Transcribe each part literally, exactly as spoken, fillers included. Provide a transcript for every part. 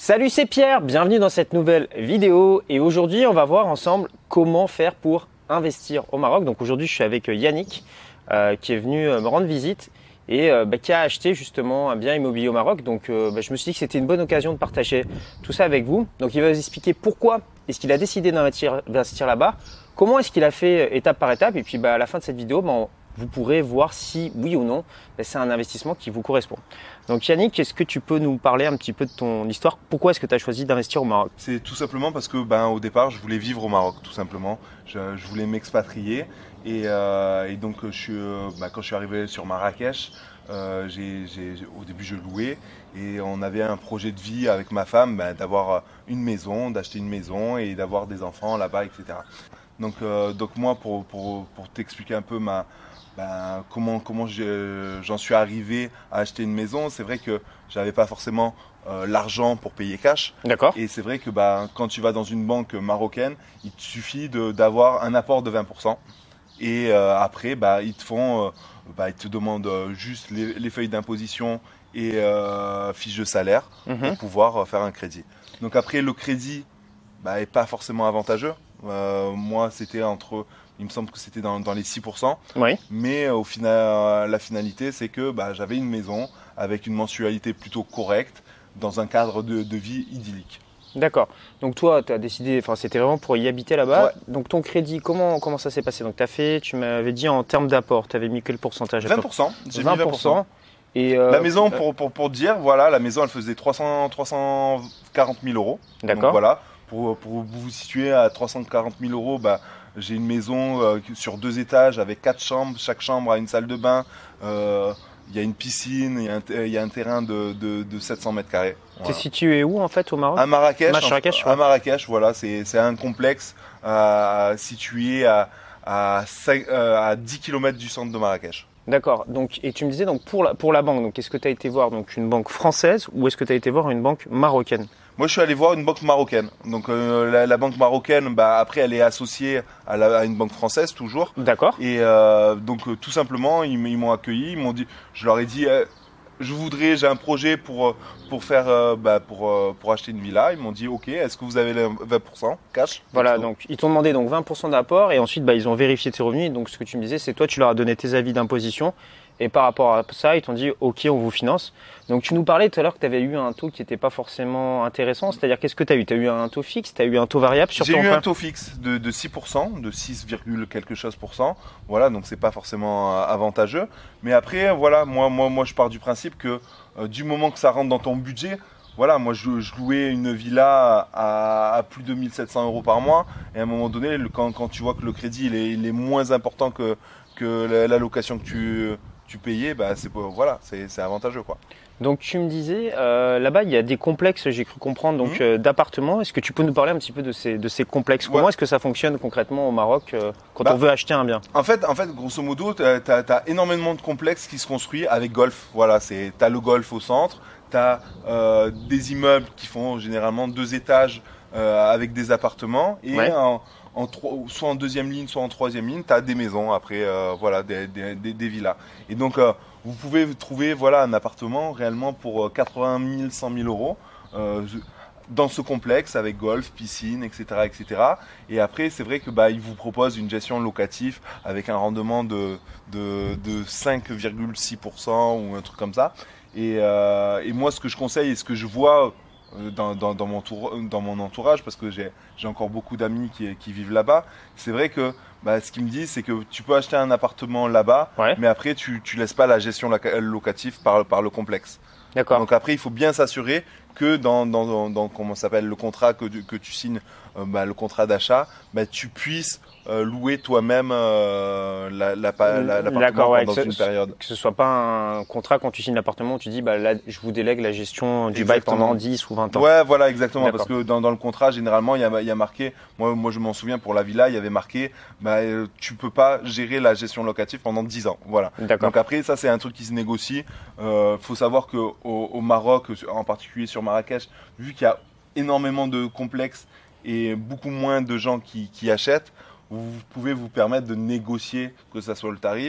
Salut, c'est Pierre, bienvenue dans cette nouvelle vidéo et aujourd'hui on va voir ensemble comment faire pour investir au Maroc. Donc aujourd'hui je suis avec Yannick euh, qui est venu me rendre visite et euh, bah, qui a acheté justement un bien immobilier au Maroc. Donc euh, bah, je me suis dit que c'était une bonne occasion de partager tout ça avec vous. Donc il va vous expliquer pourquoi est-ce qu'il a décidé d'investir, d'investir là-bas, comment est-ce qu'il a fait étape par étape et puis bah, à la fin de cette vidéo, bah, on, vous pourrez voir si oui ou non bah, c'est un investissement qui vous correspond. Donc Yannick, est-ce que tu peux nous parler un petit peu de ton histoire? Pourquoi est-ce que tu as choisi d'investir au Maroc? C'est tout simplement parce que ben, au départ, je voulais vivre au Maroc, tout simplement. Je, je voulais m'expatrier. Et, euh, et donc, je, euh, ben, quand je suis arrivé sur Marrakech, euh, j'ai, j'ai, au début, je louais. Et on avait un projet de vie avec ma femme, ben, d'avoir une maison, d'acheter une maison et d'avoir des enfants là-bas, et cetera. Donc, euh, donc moi, pour, pour, pour t'expliquer un peu ma... Ben, comment, comment j'en suis arrivé à acheter une maison. C'est vrai que je n'avais pas forcément euh, l'argent pour payer cash. D'accord. Et c'est vrai que ben, quand tu vas dans une banque marocaine, il te suffit de, d'avoir un apport de vingt pour cent. Et euh, après, ben, ils te font, euh, ben, ils te demandent juste les, les feuilles d'imposition et euh, fiches de salaire Mm-hmm. pour pouvoir faire un crédit. Donc après, le crédit ben, n'est pas forcément avantageux. Euh, moi, c'était entre... Il me semble que c'était dans, dans les six pour cent. Oui. Mais au final, la finalité, c'est que bah, j'avais une maison avec une mensualité plutôt correcte dans un cadre de, de vie idyllique. D'accord. Donc toi, tu as décidé, enfin c'était vraiment pour y habiter là-bas. Ouais. Donc ton crédit, comment, comment ça s'est passé? Donc tu as fait, tu m'avais dit en termes d'apport, tu avais mis quel pourcentage? vingt pour cent. J'ai vingt mis vingt pour cent. Et euh, La maison, pour, pour, pour dire, voilà, la maison, elle faisait trois cents, trois cent quarante mille euros. D'accord. Donc voilà, pour, pour vous situer à trois cent quarante mille euros, bah, j'ai une maison euh, sur deux étages avec quatre chambres. Chaque chambre a une salle de bain. Il euh, y a une piscine, il y, y a un terrain de, de, de sept cents mètres carrés. Voilà. T'es situé où en fait au Maroc? À Marrakech. Marrakech, en, à Marrakech, voilà, c'est, c'est un complexe euh, situé à, à, cinq, euh, à dix kilomètres du centre de Marrakech. D'accord. Donc, et tu me disais donc pour la, pour la banque, donc est-ce que tu as été voir donc une banque française ou est-ce que tu as été voir une banque marocaine? Moi, je suis allé voir une banque marocaine. Donc, euh, la, la banque marocaine, bah, après, elle est associée à, la, à une banque française, toujours. D'accord. Et euh, donc, euh, tout simplement, ils, ils m'ont accueilli. Ils m'ont dit, je leur ai dit, euh, je voudrais, j'ai un projet pour, pour, faire, euh, bah, pour, euh, pour acheter une villa. Ils m'ont dit, OK, est-ce que vous avez le vingt pour cent cash? Voilà, donc ils t'ont demandé donc vingt pour cent d'apport et ensuite bah, ils ont vérifié tes revenus. Donc, ce que tu me disais, c'est toi, tu leur as donné tes avis d'imposition. Et par rapport à ça, ils t'ont dit OK, on vous finance. Donc tu nous parlais tout à l'heure que tu avais eu un taux qui n'était pas forcément intéressant. C'est-à-dire qu'est-ce que tu as eu? Tu as eu un taux fixe? Tu as eu un taux variable sur ton J'ai eu emprunt? un taux fixe de, de six pour cent, de six, quelque chose pour cent. Voilà, donc c'est pas forcément avantageux. Mais après, voilà, moi, moi, moi je pars du principe que euh, du moment que ça rentre dans ton budget, voilà, moi je, je louais une villa à, à plus de mille sept cents euros par mois. Et à un moment donné, le, quand, quand tu vois que le crédit il est, il est moins important que, que la, la location que tu... tu payais, bah c'est voilà, c'est, c'est avantageux quoi. Donc tu me disais, euh, là-bas il y a des complexes, j'ai cru comprendre, donc mmh. euh, d'appartements. Est-ce que tu peux nous parler un petit peu de ces, de ces complexes? Comment ouais. est-ce que ça fonctionne concrètement au Maroc euh, quand bah, on veut acheter un bien? En fait, en fait, grosso modo, tu as énormément de complexes qui se construisent avec golf. Voilà, tu as le golf au centre, tu as euh, des immeubles qui font généralement deux étages euh, avec des appartements et ouais. en, En tro- soit en deuxième ligne, soit en troisième ligne, tu as des maisons, après, euh, voilà, des, des, des, des villas. Et donc, euh, vous pouvez trouver voilà, un appartement réellement pour quatre-vingt mille, cent mille euros euh, dans ce complexe avec golf, piscine, et cetera, et cetera. Et après, c'est vrai que bah, ils vous proposent une gestion locative avec un rendement de, de, de cinq virgule six pour cent ou un truc comme ça. Et, euh, et moi, ce que je conseille et ce que je vois Dans, dans, dans, mon tour, dans mon entourage, parce que j'ai, j'ai encore beaucoup d'amis qui, qui vivent là-bas, c'est vrai que bah, ce qu'ils me disent, c'est que tu peux acheter un appartement là-bas, ouais. mais après tu ne laisses pas la gestion locative par, par le complexe. D'accord. Donc après, il faut bien s'assurer que dans, dans, dans, dans comment s'appelle, le contrat que, que tu signes, euh, bah, le contrat d'achat, bah, tu puisses euh, louer toi-même euh, la, la, la, l'appartement ouais, pendant ce, une période. Que ce ne soit pas un contrat quand tu signes l'appartement où tu dis bah, là, je vous délègue la gestion du exactement. bail pendant dix ou vingt ans. Ouais, voilà, exactement. D'accord. Parce que dans, dans le contrat, généralement, il y a, il y a marqué, moi, moi je m'en souviens pour la villa, il y avait marqué, bah, euh, tu peux pas gérer la gestion locative pendant dix ans. Voilà. D'accord. Donc après, ça c'est un truc qui se négocie. Il euh, faut savoir qu'au au Maroc, en particulier sur Marrakech, vu qu'il y a énormément de complexes et beaucoup moins de gens qui, qui achètent, vous pouvez vous permettre de négocier que ça soit le tarif.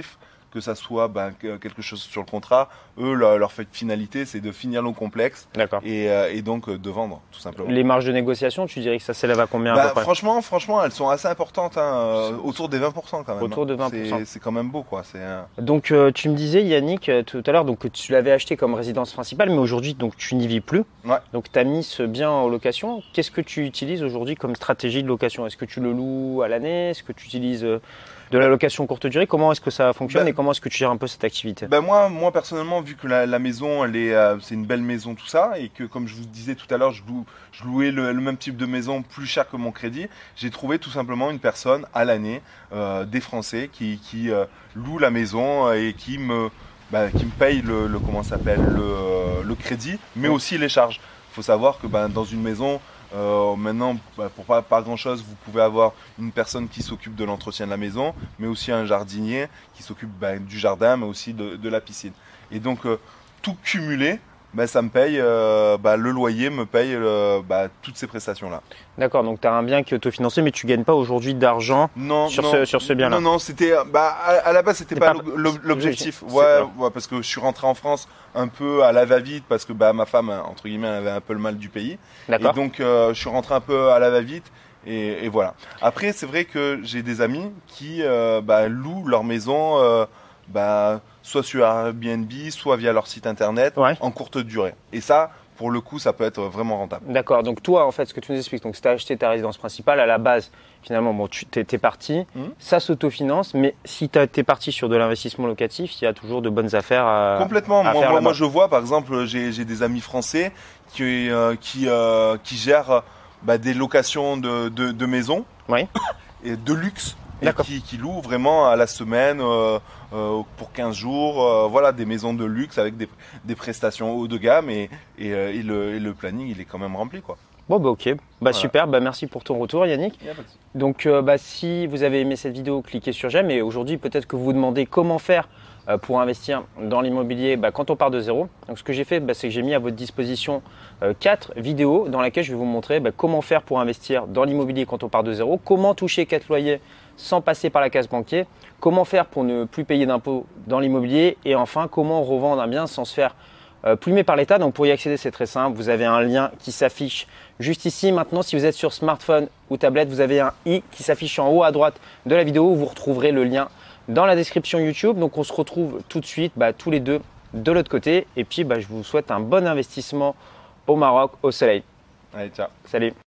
que ça soit ben, quelque chose sur le contrat. Eux, leur, leur finalité, c'est de finir le complexe et, euh, et donc de vendre, tout simplement. Les marges de négociation, tu dirais que ça s'élève à combien bah, à peu près? Franchement, franchement, elles sont assez importantes, hein, euh, autour des vingt pour cent quand même. Autour de vingt pour cent. C'est quand même beau, quoi. Un... Donc, euh, tu me disais, Yannick, euh, tout à l'heure, donc que tu l'avais acheté comme résidence principale, mais aujourd'hui, donc tu n'y vis plus. Ouais. Donc, tu as mis ce bien en location. Qu'est-ce que tu utilises aujourd'hui comme stratégie de location? Est-ce que tu le loues à l'année? Est-ce que tu utilises euh, de la location courte durée? Comment est-ce que ça fonctionne ben, et comment est-ce que tu gères un peu cette activité? ben moi, moi, personnellement, vu que la, la maison, elle est, euh, c'est une belle maison, tout ça, et que, comme je vous disais tout à l'heure, je, loue, je louais le, le même type de maison plus cher que mon crédit, j'ai trouvé tout simplement une personne à l'année, euh, des Français, qui, qui euh, loue la maison et qui me, ben, qui me paye le, le comment s'appelle, le, le crédit, mais aussi les charges. Il faut savoir que ben, dans une maison, Euh, maintenant, bah, pour pas, pas grand chose, vous pouvez avoir une personne qui s'occupe de l'entretien de la maison, mais aussi un jardinier qui s'occupe bah, du jardin, mais aussi de, de la piscine. Et donc, euh, tout cumulé, bah, ça me paye, euh, bah, le loyer me paye euh, bah, toutes ces prestations-là. D'accord, donc tu as un bien qui est autofinancé, mais tu ne gagnes pas aujourd'hui d'argent sur, non, ce, sur ce bien-là? Non, non, c'était, bah, à, à la base, c'était pas, pas l'objectif. Ouais, ouais, parce que je suis rentré en France un peu à la va-vite, parce que bah, ma femme, entre guillemets, avait un peu le mal du pays. Et donc, euh, je suis rentré un peu à la va-vite. Et, et voilà. Après, c'est vrai que j'ai des amis qui euh, bah, louent leur maison euh, bah, soit sur Airbnb, soit via leur site internet, ouais, en courte durée. Et ça, pour le coup, ça peut être vraiment rentable. D'accord. Donc toi, en fait, ce que tu nous expliques, donc si tu as acheté ta résidence principale, à la base, finalement, bon, tu es, es parti, mmh. ça s'autofinance, mais si tu es parti sur de l'investissement locatif, il y a toujours de bonnes affaires à Complètement. À moi, faire moi, moi, je vois, par exemple, j'ai des amis français qui, euh, qui, euh, qui gèrent bah, des locations de, de, de maisons, oui, et de luxe. Et qui, qui louent vraiment à la semaine euh, euh, pour quinze jours, euh, voilà, des maisons de luxe avec des, des prestations haut de gamme et, et, euh, et, le, et le planning il est quand même rempli, quoi. Bon bah ok, bah voilà. Super, bah merci pour ton retour Yannick. Donc euh, bah, si vous avez aimé cette vidéo, cliquez sur j'aime et aujourd'hui peut-être que vous vous demandez comment faire euh, pour investir dans l'immobilier bah, quand on part de zéro. Donc ce que j'ai fait, bah, c'est que j'ai mis à votre disposition euh, quatre vidéos dans lesquelles je vais vous montrer bah, comment faire pour investir dans l'immobilier quand on part de zéro, comment toucher quatre loyers sans passer par la case banquier, comment faire pour ne plus payer d'impôts dans l'immobilier et enfin comment revendre un bien sans se faire euh, plumer par l'État. Donc pour y accéder, c'est très simple, vous avez un lien qui s'affiche juste ici. Maintenant, si vous êtes sur smartphone ou tablette, vous avez un i qui s'affiche en haut à droite de la vidéo. Vous retrouverez le lien dans la description YouTube. Donc on se retrouve tout de suite bah, tous les deux de l'autre côté et puis bah, je vous souhaite un bon investissement au Maroc, au soleil. Allez, ciao. Salut.